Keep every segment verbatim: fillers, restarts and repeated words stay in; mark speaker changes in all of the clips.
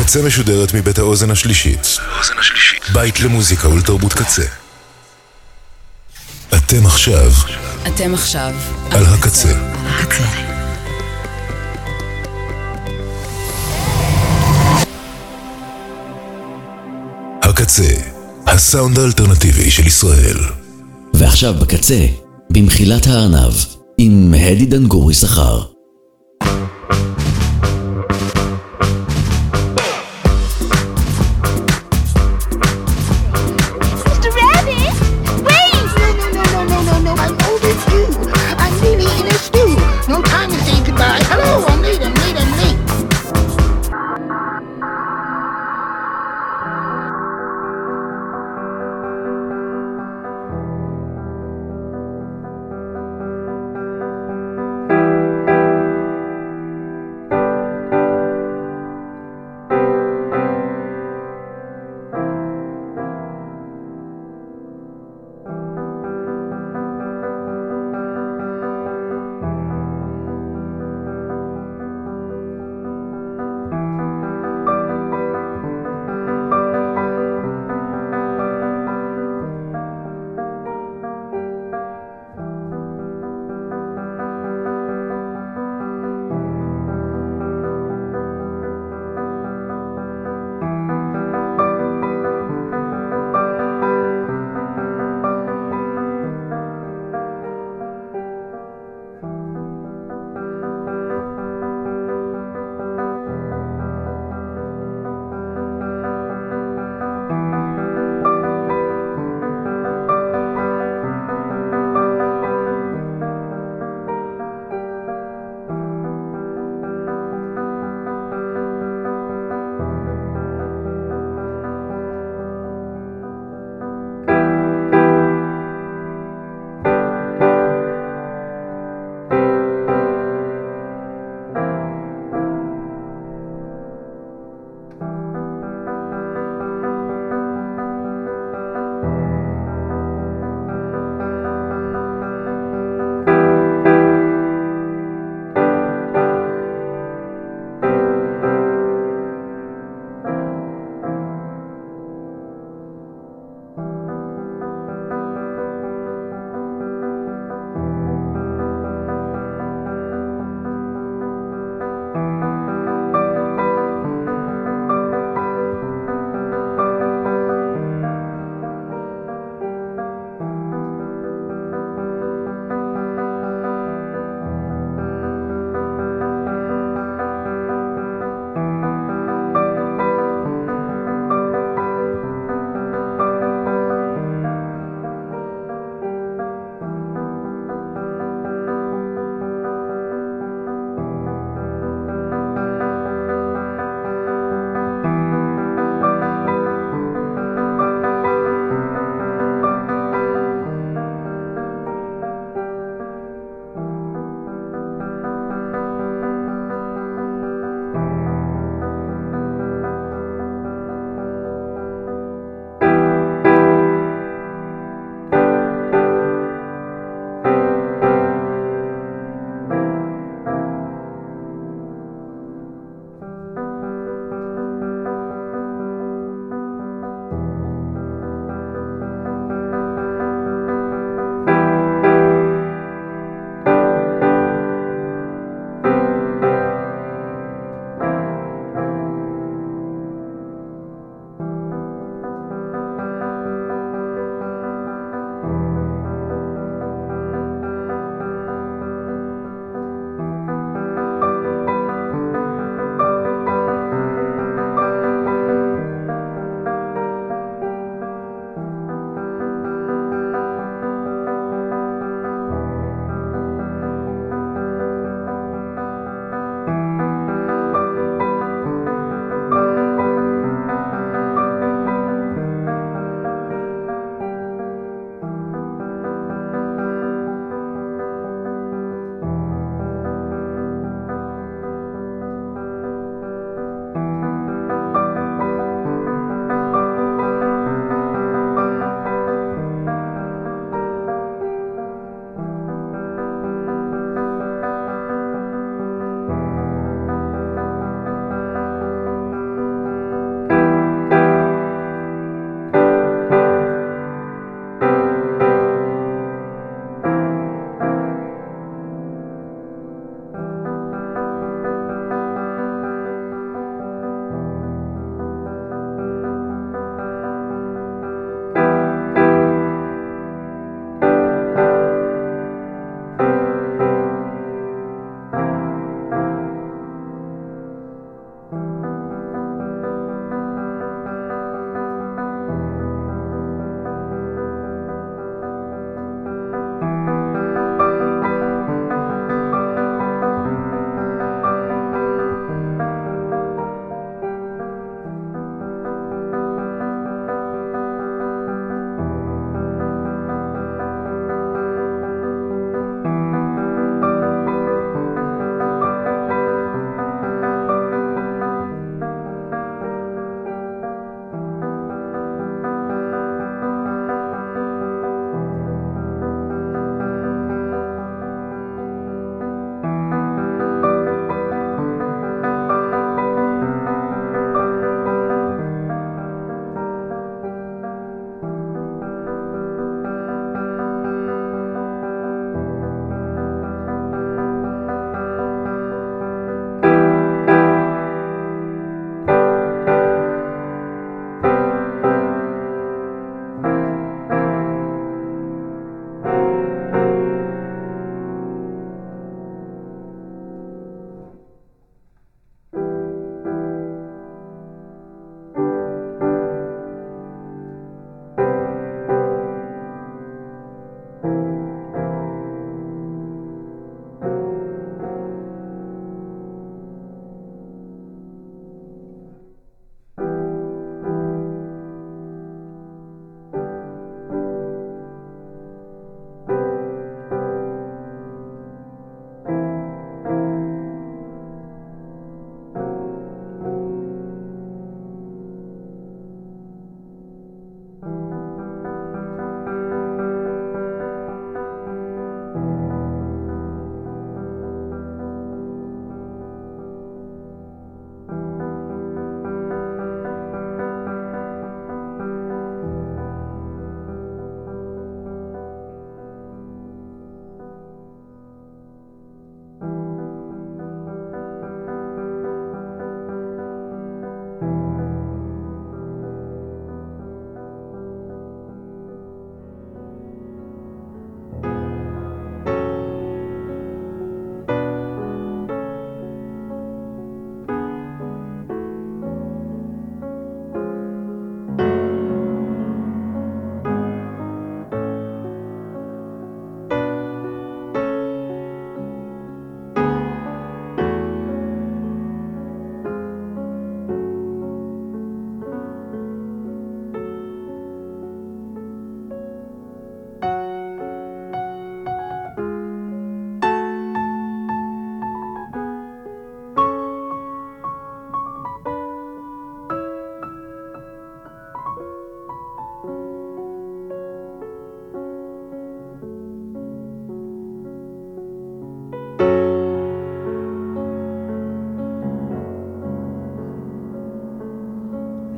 Speaker 1: הקצה משודרת מבית האוזן השלישית. בית למוזיקה ולתרבות קצה. אתם עכשיו.
Speaker 2: אתם עכשיו.
Speaker 1: על הקצה.
Speaker 2: הקצה.
Speaker 1: הקצה, הסאונד האלטרנטיבי של ישראל.
Speaker 3: ועכשיו בקצה, במחילת הארנב, עם הדי דנגורי שכר.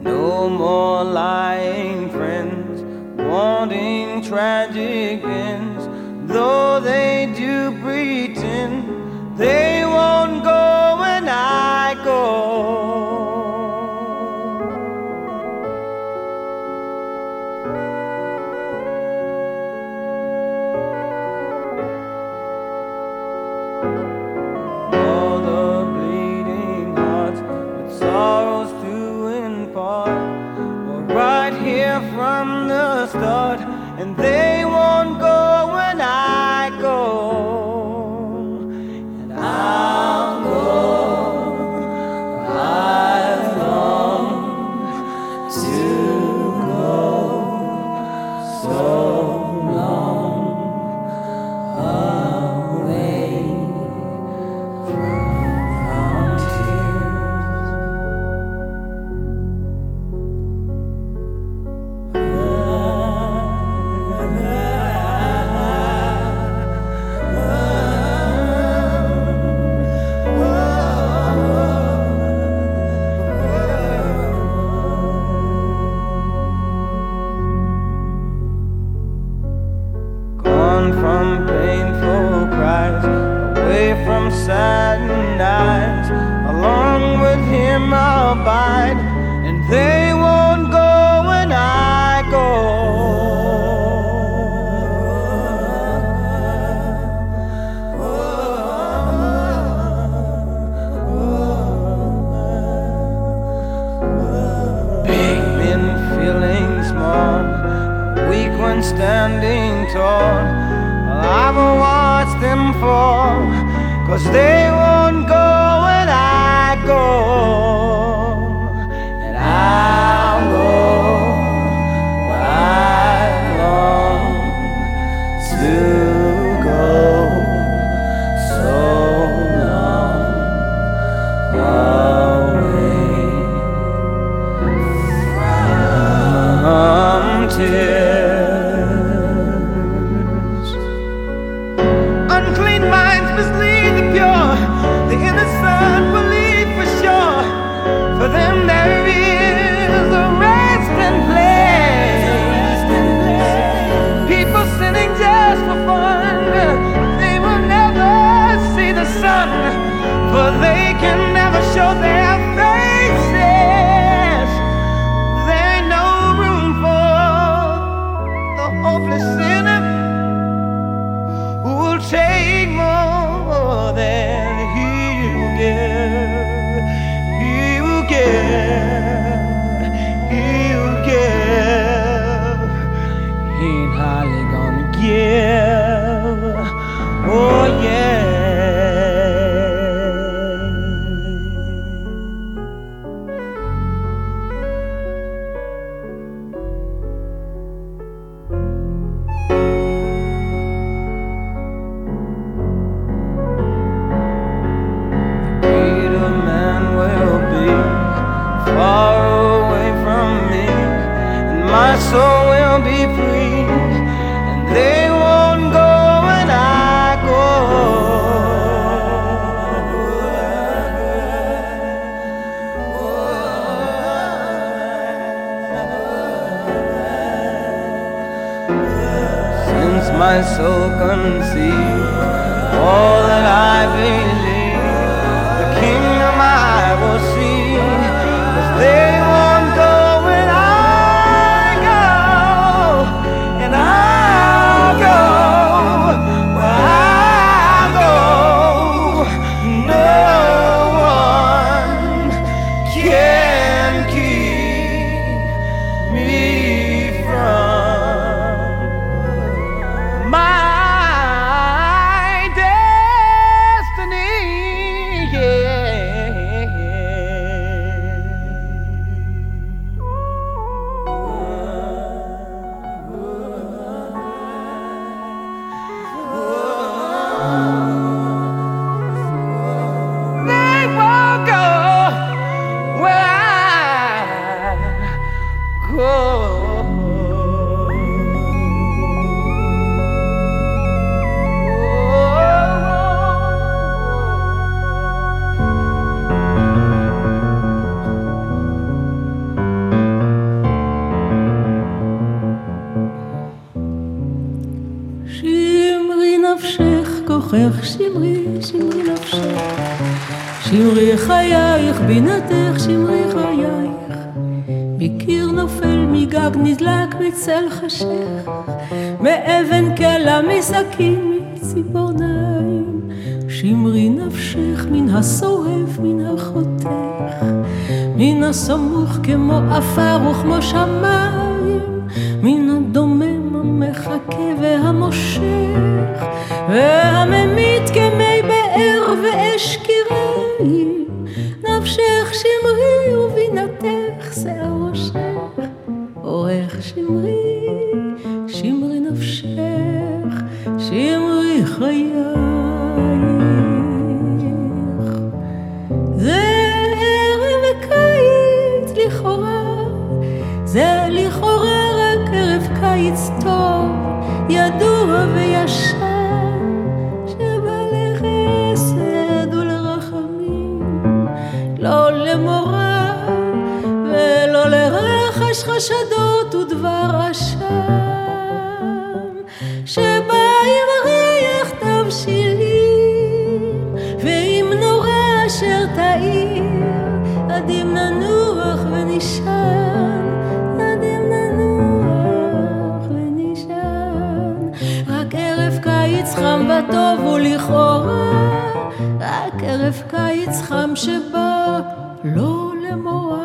Speaker 2: No more lying friends, wanting tragic ends. Though they do pretend, they won't go when I go. All the bleeding hearts with sorrows to impart were right here from the start, and they won't go when I go. And I'll go. I long to go so long away from from painful cries, away from saddened eyes. Along with him I'll abide, and they won't go when I go. Big men feeling small, weak when standing tall. I've watched them fall, 'cause they won't go when I go. And I'll go where I long to go so long away from tears. Unclean minds mislead the pure, the innocent believe for sure. For them there is a resting place. People sinning just for fun, they will never see the sun, for they can never show their faces. There ain't no room for the hopeless sinner who will take more than he will give. He will give. He will give. He ain't hardly gonna give. Oh yeah. My soul will be free, and they won't go when I go. Since my soul conceived all that I believe, the kingdom I will see, 'cause they won't go when I my destiny.
Speaker 4: רוחך שמרי, שמרי נפשך, שמרי חייך, בינתך שמרי חייך, מקיר נופל, מגג נדלק, מצל חשך, מאבן קלה, מסכין, מציפורניים, שמרי נפשך מן השורף, מן החותך, מן הסמוך כמו אפר וכמו שמיים, מן הדומם המחכה והמושך, והממית כמי באר ואש קיריים, נפשך שמרי ובינתך שיער ראשך, אורך שמרי, שמרי נפשך, שמרי חייך. זה ערב קיץ לכאורה, זה לכאורה רק ערב קיץ טוב, ידוע וישן, שבא לחסד ולרחמים, לא למורא ולא לרחש חשדות ודבר אשם, שבא עם ריח תבשילים ועם נורה אשר תאיר, עדים ננוח ונשען, עדים ננוח ונשען, רק ערב קיץ חם וטוב ולכאורה, רק ערב קיץ חם שבא לא למורא.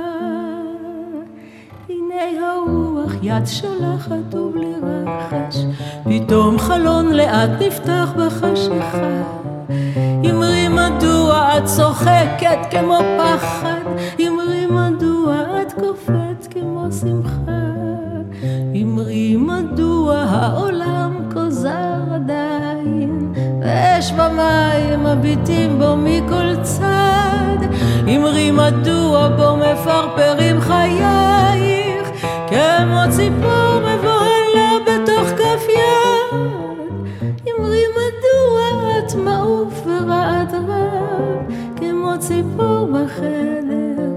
Speaker 4: הנה הרוח יד שולחת ובלי רחש, פתאום חלון לאט נפתח בחשיכה, אמרי מדוע את צוחקת כמו פחד, אמרי מדוע את קופאת כמו שמחה, אמרי מדוע העולם כוזר עדיין, ואש במים מביטים בו מכל צד, אמרי מדוע בו מפרפרים חייך, כמו ציפור מבוהלה בתוך כף יד, אמרי מדוע את מעוף ורעד רב, כמו ציפור בחדר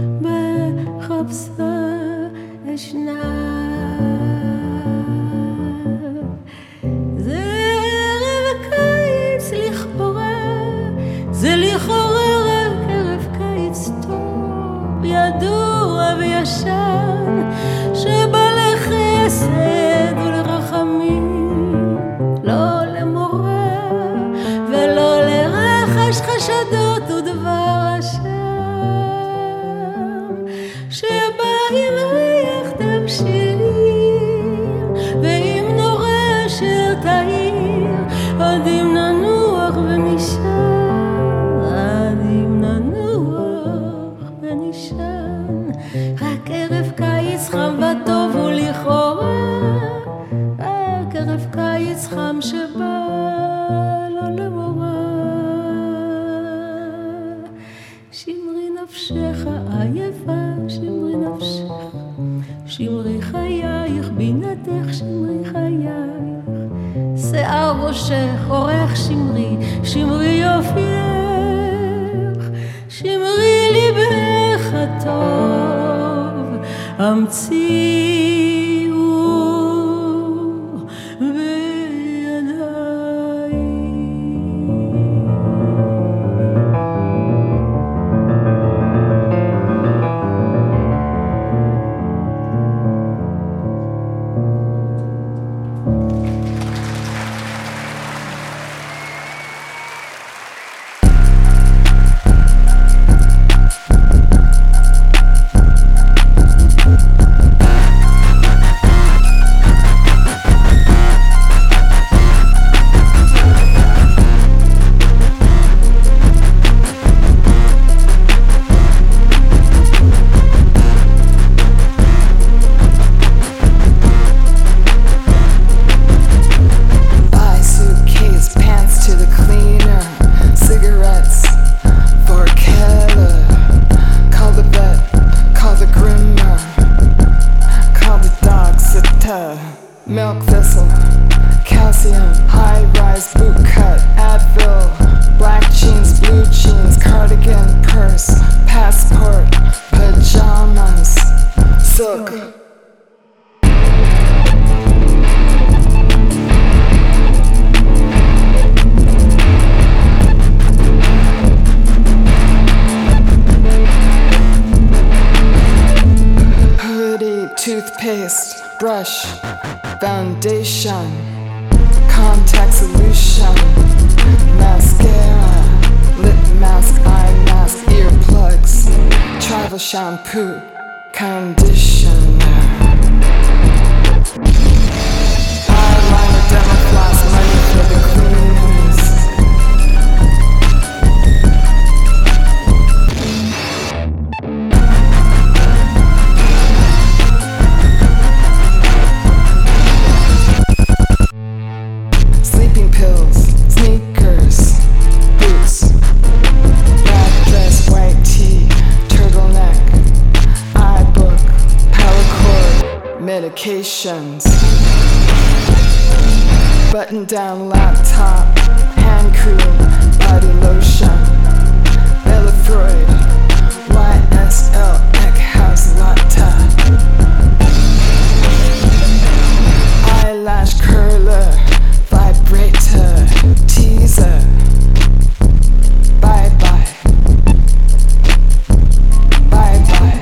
Speaker 4: בחפשה אשנב. זה ערב קיץ לכאורה, זה לכאורה רק ערב קיץ טוב, ידוע וישן, שבא לחסד ולרחמים, לא למורא ולא לרחש חשדות ודבר אשם, שבא עם ריח תבשילים ועם נורה אשר תאיר, עדים ננוח ונשען, עדים ננוח ונשען, רק ערב קיץ חם וטוב ולכאורה, רק ערב קיץ חם שבא לא למורא. שמרי נפשך עייפה, שמרי נפשך, שמרי חייך, בינתך שמרי חייך, שיער ראשך, אורך שמרי, שמרי יופייך, שמרי ליבך הטוב, המציאו בידיי.
Speaker 5: toothpaste, brush, foundation, contact solution, mascara, lip mask, eye mask, earplugs, travel shampoo, conditioner, eyeliner, demo floss, money for the cleaners. Sleeping pills, sneakers, boots, black dress, white tee, turtleneck, iBook, power cord, medications, button down laptop, hand cream, body lotion, Elefroid, Y S L, Eckhouse Latte, eyelash curler, vibrator, teaser, bye bye, bye bye.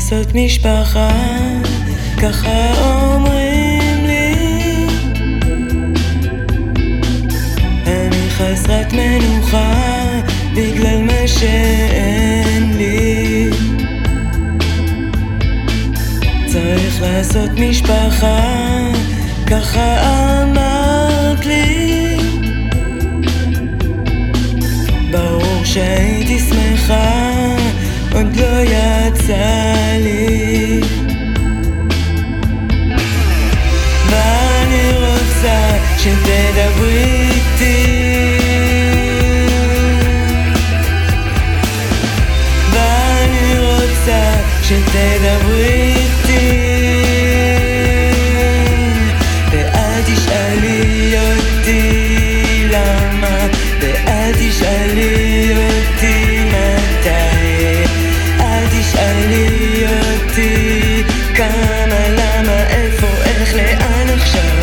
Speaker 6: לעשות משפחה, ככה אומרים לי. אני חסרת מנוחה בגלל מה שאין לי. צריך לעשות משפחה, ככה אמרת לי. ברור שהייתי שמחה, עוד לא יצא לי. ואני רוצה שתדברי איתי, ואני רוצה שתדברי איתי, ואל תשאלי אותי למה, ואל תשאלי אותי מתי, אל תשאלי אותי כמה, למה, איפה, איך, לאן עכשיו.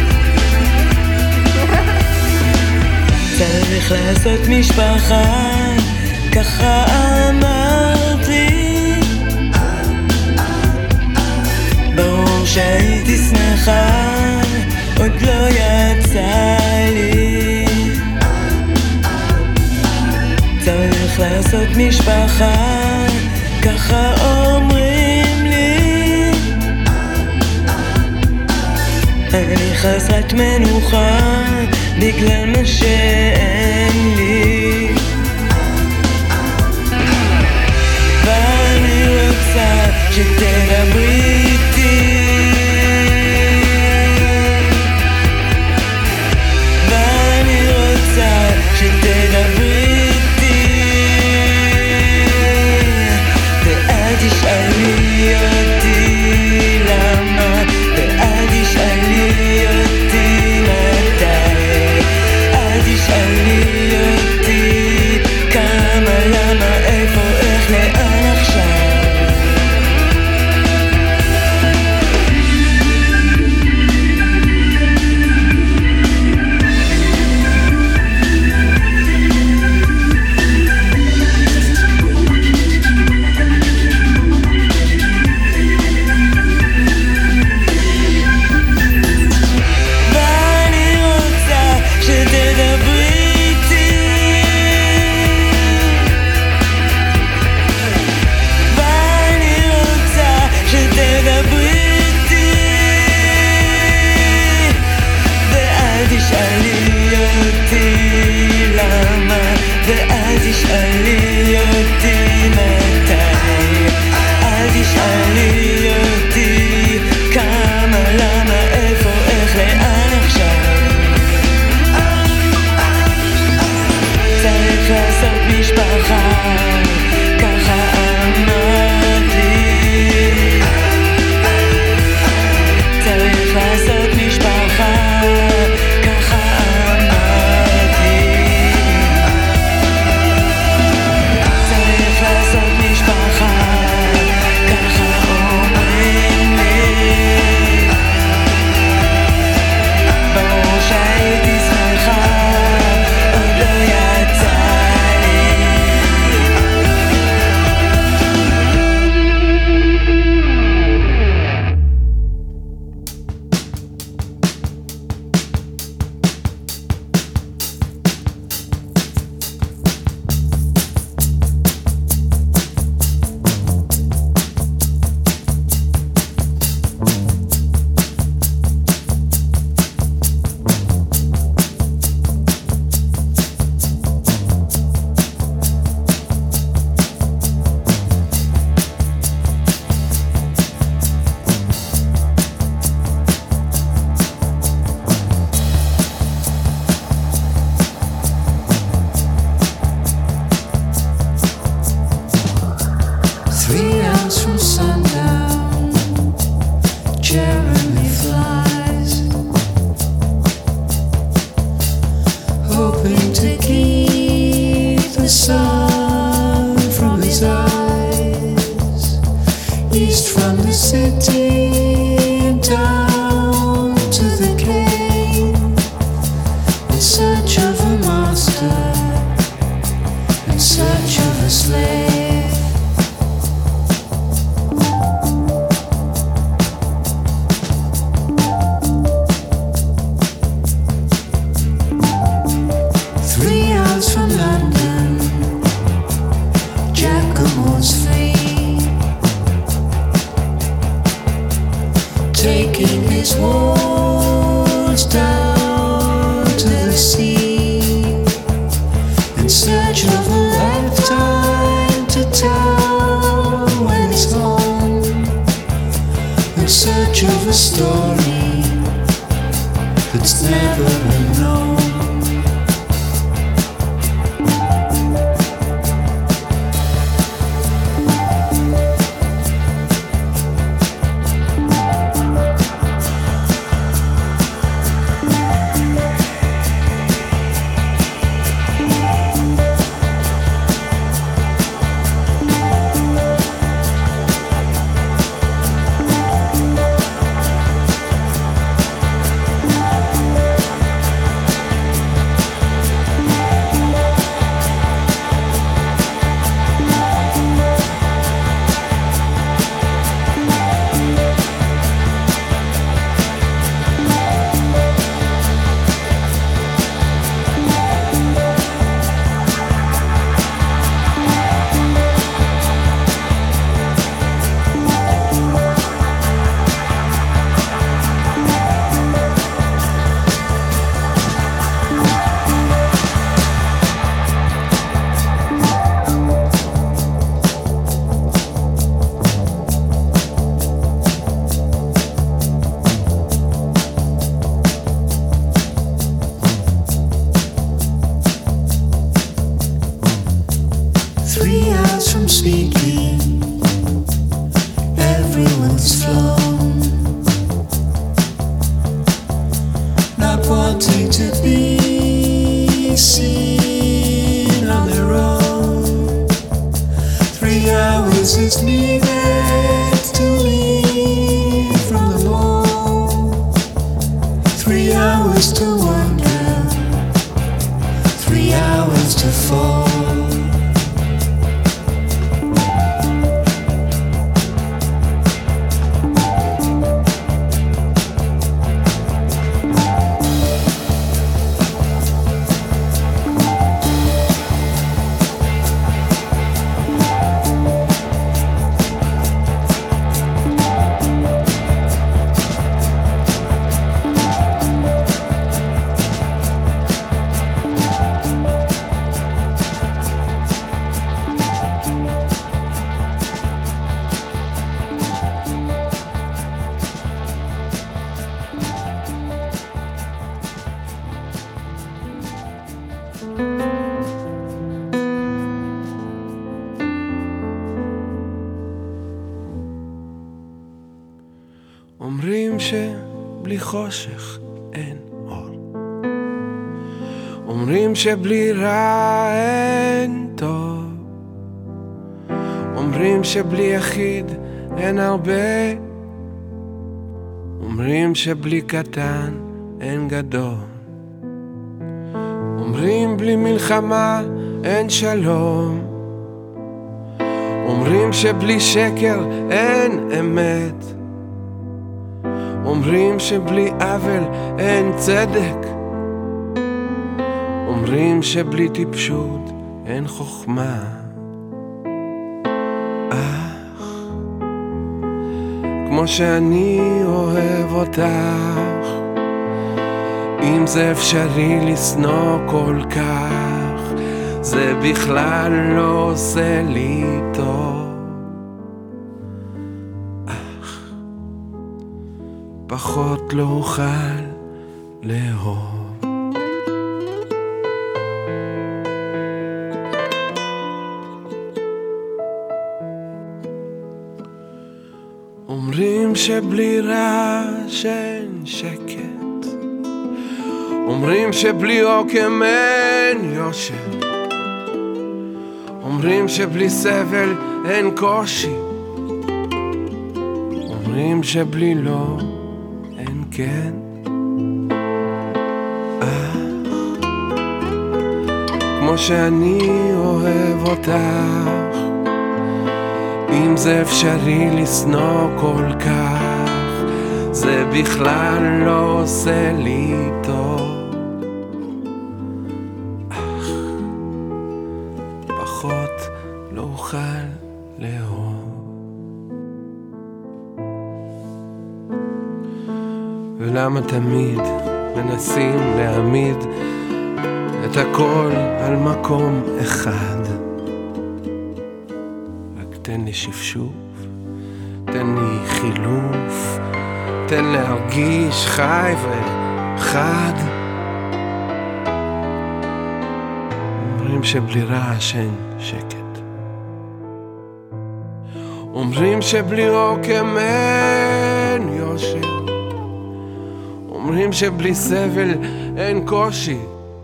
Speaker 6: צריך לעשות משפחה, ככה אמרת לי. ברור שהייתי שמחה, עוד לא יצא לי. צריך לעשות משפחה, ככה אומרים לי. אני חסרת מנוחה בגלל מה שאין לי. ואני רוצה שתדברי איתי, ואני רוצה שתדברי איתי, ואל תשאלי אותי למה, ואל תשאלי אותי מתי, אל תשאלי אותי כמה, למה, איפה, איך, לאן עכשיו. תשאלי אותי מתי, אל תשאלי אותי כמה, למה, איפה, איך, לאן עכשיו. צריך לעשות משפחה, ככה אמרת לי. צריך לעשות משפחה, ככה אמרת לי. צריך לעשות משפחה, ככה אומרים לי. ברור שהייתי שמחה, עוד לא יצא לי.
Speaker 7: Three hours from sundown, Jeremy flies, hoping to keep the sun from his eyes. East from the city and down to the cave, in search of a master, in search of a slave. breaking his walls down to the sea, in search of a lifetime to tell when it's gone, in search of a story that's never been known.
Speaker 8: אומרים שבלי חושך אין אור, אומרים שבלי רע אין טוב, אומרים שבלי יחיד אין הרבה, אומרים שבלי קטן אין גדול, אומרים בלי מלחמה אין שלום, אומרים שבלי שקר אין אמת, אומרים שבלי עוול אין צדק, אומרים שבלי טיפשות אין חוכמה. אך כמו שאני אוהב אותך, אם זה אפשרי לשנוא כל כך, זה בכלל לא עושה לי טוב. פחות לא אוכל לאהוב. אומרים שבלי רעש אין שקט, אומרים שבלי עוקם אין יושר, אומרים שבלי סבל אין קושי, אומרים שבלי לא כן. אך כמו שאני אוהב אותך, אם זה אפשרי לשנוא כל כך, זה בכלל לא עושה לי טוב. אך פחות לא אוכל לאהוב. ולמה תמיד מנסים להעמיד את הכל על מקום אחד? רק תן לי שפשוף, תן לי חילוף, תן להרגיש חי וחד. אומרים שבלי רעש אין שקט, אומרים שבלי רוקם אין יושר, אומרים שבלי סבל אין קושי,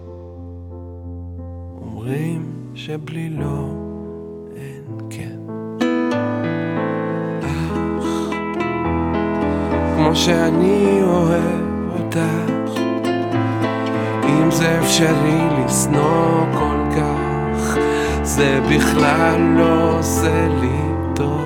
Speaker 8: אומרים שבלי לא אין כן. אך כמו שאני אוהב אותך, אם זה אפשרי לשנוא כל כך, זה בכלל לא עושה לי טוב.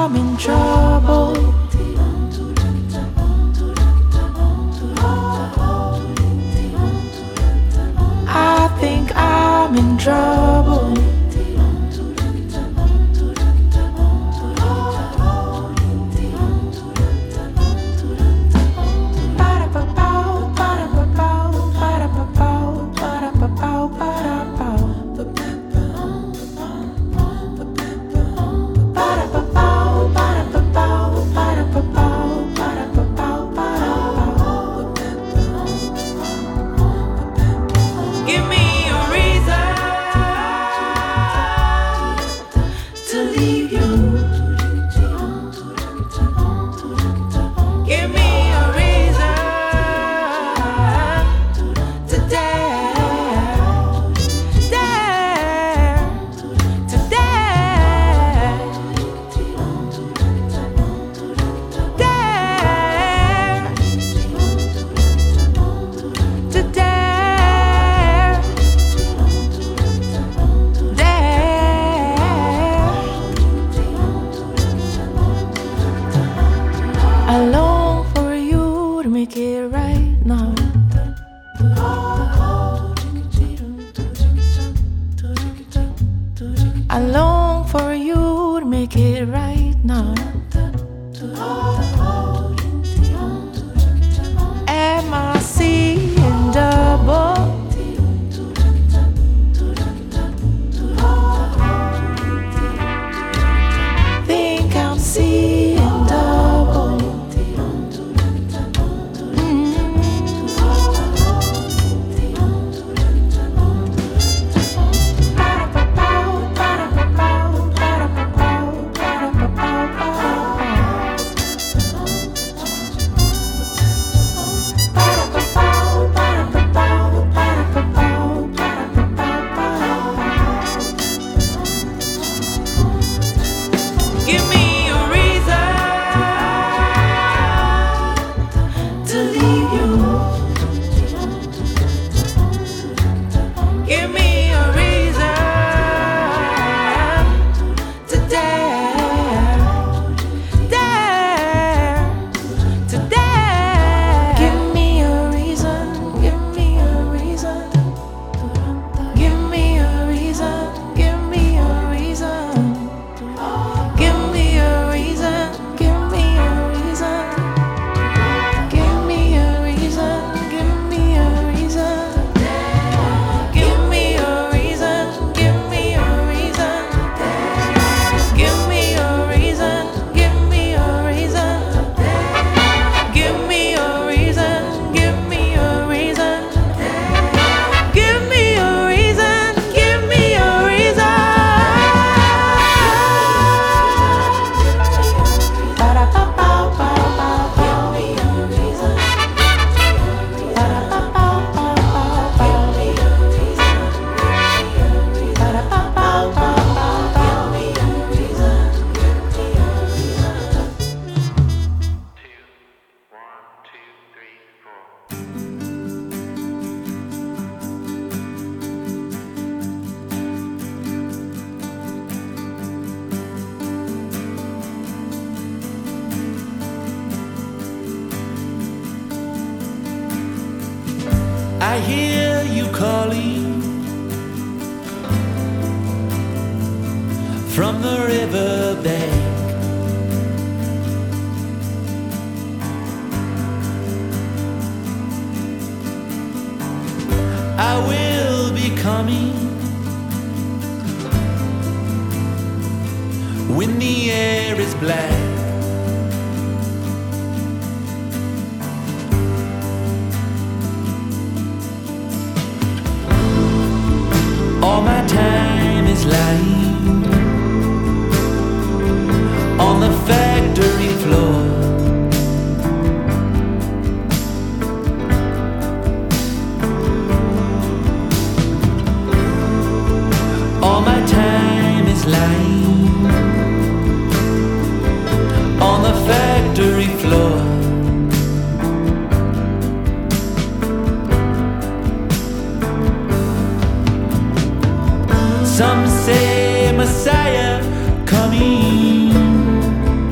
Speaker 7: I'm in trouble. I think I'm in trouble.
Speaker 6: Give me a reason to leave you. Give me a reason to dare, dare, to dare, dare, to dare.
Speaker 7: I long for you to make it right now. I long for you to make it right now. Am I seeing double? Think I'm seeing double.
Speaker 6: Give me a reason to leave you. Give me a reason to dare, dare, to dare.
Speaker 7: Give me a reason, give me a reason. Give me a reason, give me a reason. Give me a reason, give me a reason. Give me a reason, give me a reason. Give me a reason, give me a reason. Give me a reason, give me a reason. Give me a reason, give me a reason. Give me a reason, give me a reason. Ba-da-ba-bow, ba-da-bow, give me a reason. Ba-da-ba-bow, ba-da-bow, give me a reason. Ba-da-ba-bow, ba-da-bow, give me a reason.
Speaker 6: I hear you calling from the riverbank. I will be coming when the air is black. All my time is lying on the factory floor. All my time is lying on the factory floor. Some say Messiah coming.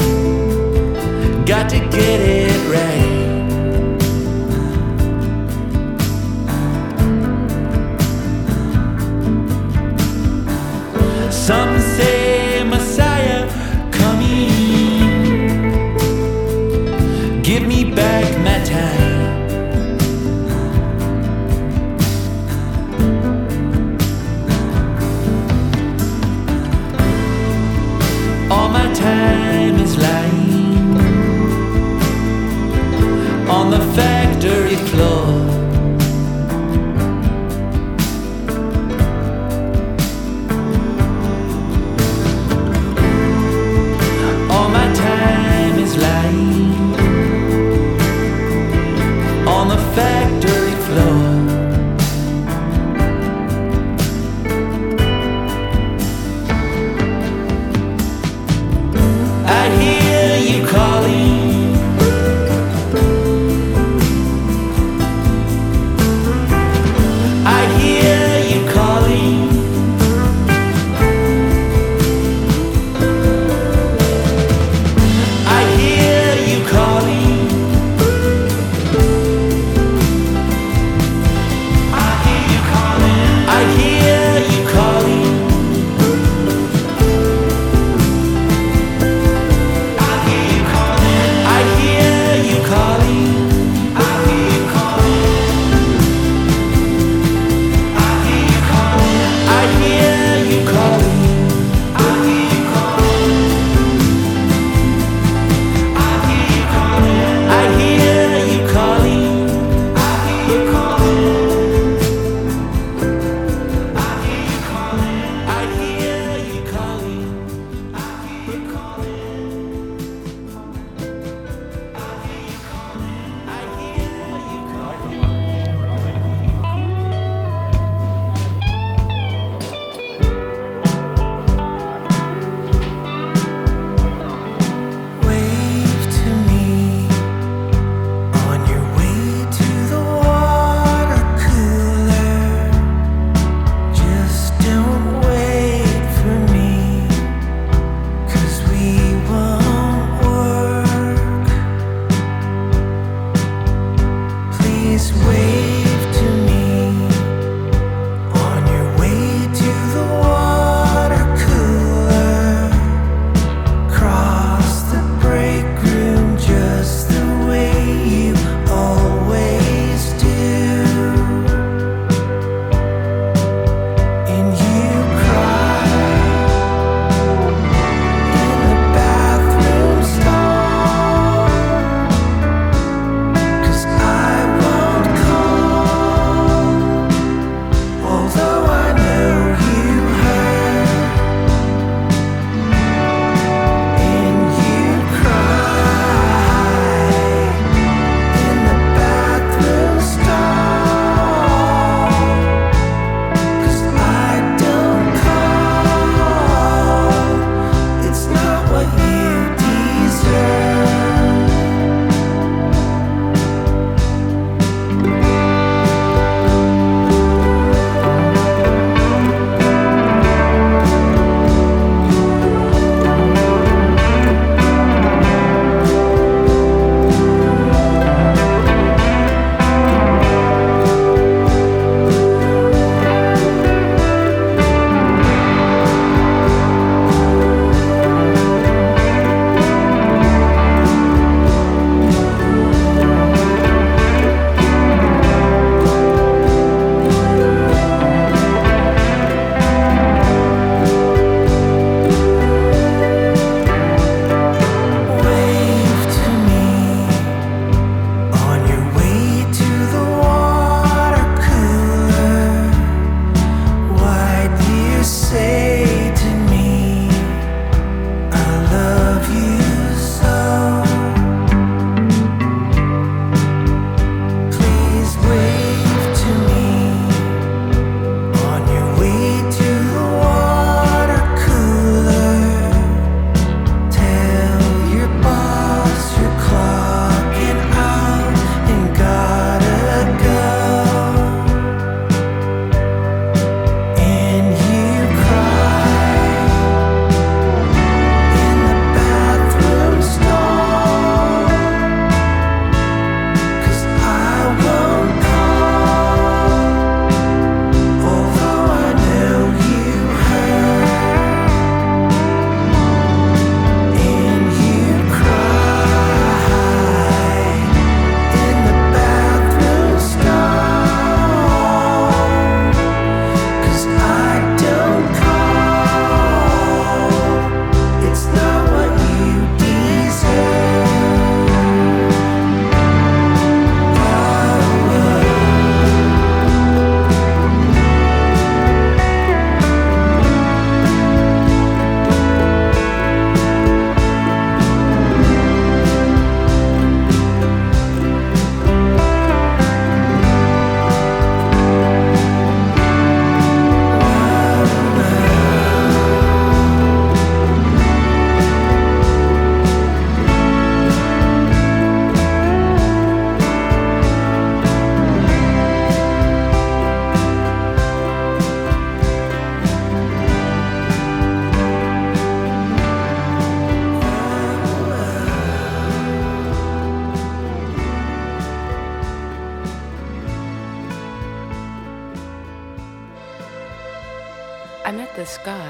Speaker 9: sky,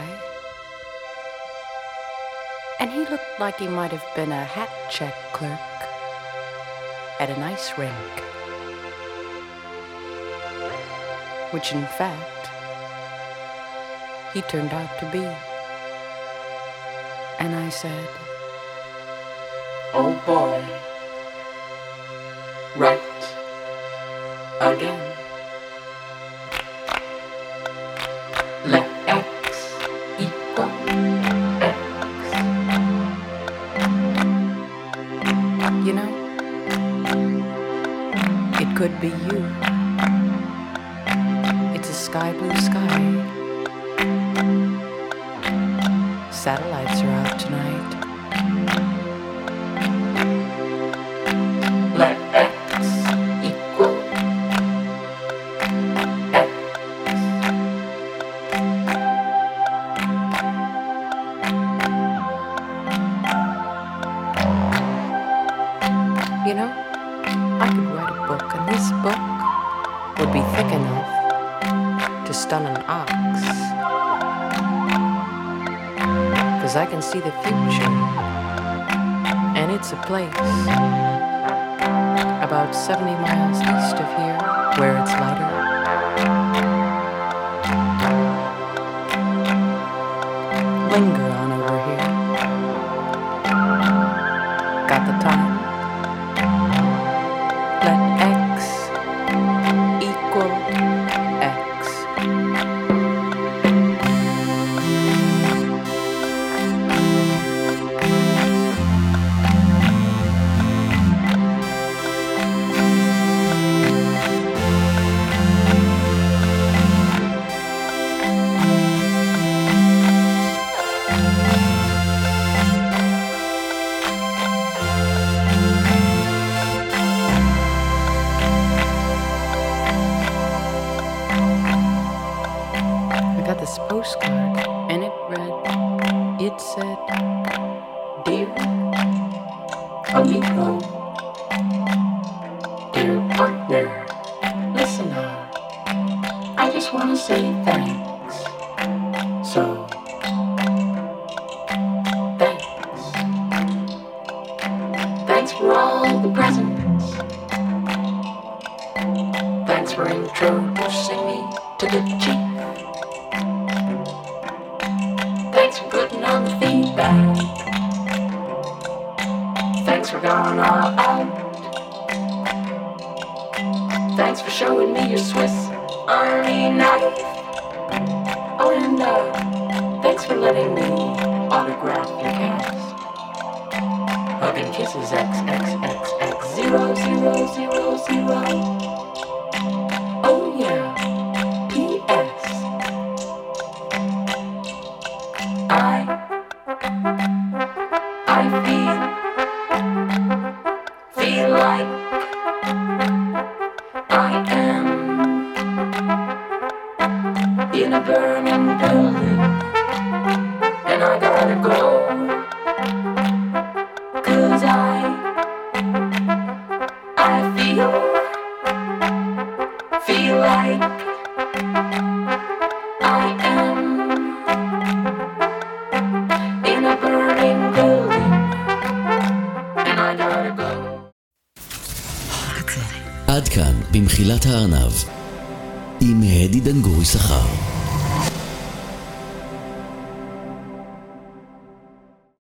Speaker 9: and he looked like he might have been a hat check clerk at an ice rink, which in fact he turned out to be. And I said, "Oh boy, right again. Let X equal X." You know, it could be you. It's a sky blue sky. Satellites are out tonight. Let X equal X. You know, I could write a book, and this book would be thick enough to stun an ox. Cause I can see the future, and it's a place about seventy miles east of here where it's lighter. Linger on over here. Got the time? Let X equal X. This postcard, and it read, it said, "Dear amigo, dear partner, listener, I just want to say thanks. So, thanks. Thanks for all the presents. Thanks for introducing me to the chief. Thanks for putting on the feedback. Thanks for going all out. Thanks for showing me your Swiss Army knife. Oh, and uh, thanks for letting me autograph your cast. Hug and kisses X X X X zero zero zero zero. Oh yeah. P S I, I feel, feel like I am in a burning building, and I gotta go, 'cause I, I feel, feel like I am in a burning building, and I gotta go.
Speaker 3: עד כאן במחילת הארנב עם הדי דנגורי שכר.